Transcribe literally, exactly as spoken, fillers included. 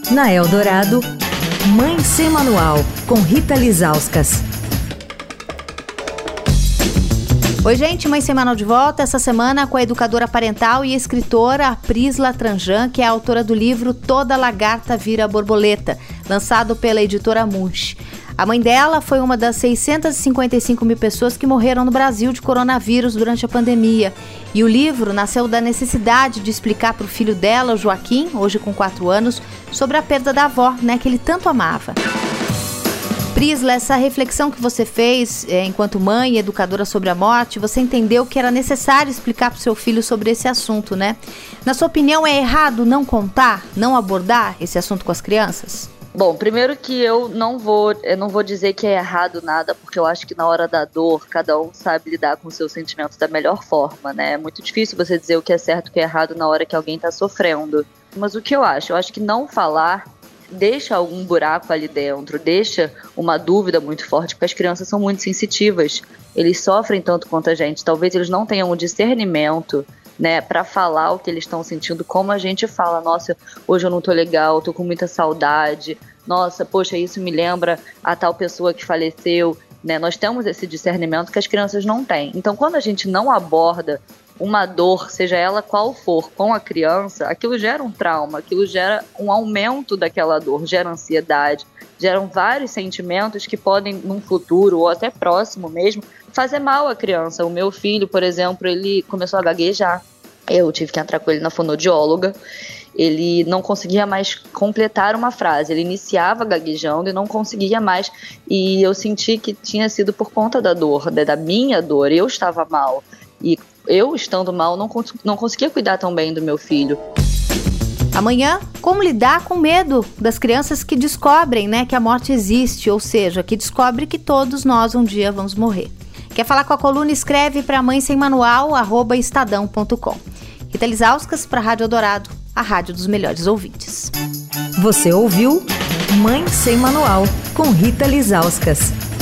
Na Eldorado, Mãe Sem Manual, com Rita Lizauskas. Oi, gente, Mãe Sem Manual de volta essa semana com a educadora parental e escritora Prisla Tranjan, que é a autora do livro Toda Lagarta Vira Borboleta, lançado pela editora Munch. A mãe dela foi uma das seiscentas e cinquenta e cinco mil pessoas que morreram no Brasil de coronavírus durante a pandemia. E o livro nasceu da necessidade de explicar para o filho dela, o Joaquim, hoje com quatro anos, sobre a perda da avó, né, que ele tanto amava. Prisla, essa reflexão que você fez é, enquanto mãe e educadora sobre a morte, você entendeu que era necessário explicar para o seu filho sobre esse assunto, né? Na sua opinião, é errado não contar, não abordar esse assunto com as crianças? Bom, primeiro que eu não vou, eu não vou dizer que é errado nada, porque eu acho que na hora da dor, cada um sabe lidar com os seus sentimentos da melhor forma, né? É muito difícil você dizer o que é certo e o que é errado na hora que alguém tá sofrendo. Mas o que eu acho? Eu acho que não falar deixa algum buraco ali dentro, deixa uma dúvida muito forte, porque as crianças são muito sensitivas. Eles sofrem tanto quanto a gente. Talvez eles não tenham um discernimento, né, para falar o que eles estão sentindo, como a gente fala. Nossa, hoje eu não tô legal, tô com muita saudade. Nossa, poxa, isso me lembra a tal pessoa que faleceu, né? Nós temos esse discernimento que as crianças não têm. Então, quando a gente não aborda uma dor, seja ela qual for, com a criança, aquilo gera um trauma, aquilo gera um aumento daquela dor, gera ansiedade, geram vários sentimentos que podem, num futuro ou até próximo mesmo, fazer mal à criança. O meu filho, por exemplo, ele começou a gaguejar. Eu tive que entrar com ele na fonoaudióloga. Ele não conseguia mais completar uma frase. Ele iniciava gaguejando e não conseguia mais. E eu senti que tinha sido por conta da dor, da minha dor. Eu estava mal. E eu, estando mal, não, cons- não conseguia cuidar tão bem do meu filho. Amanhã, como lidar com medo das crianças que descobrem, né, que a morte existe, ou seja, que descobre que todos nós um dia vamos morrer. Quer falar com a coluna? Escreve para mãe sem manual, arroba estadão ponto com. Rita Lizauskas para a Rádio Eldorado, a rádio dos melhores ouvintes. Você ouviu Mãe Sem Manual, com Rita Lizauskas.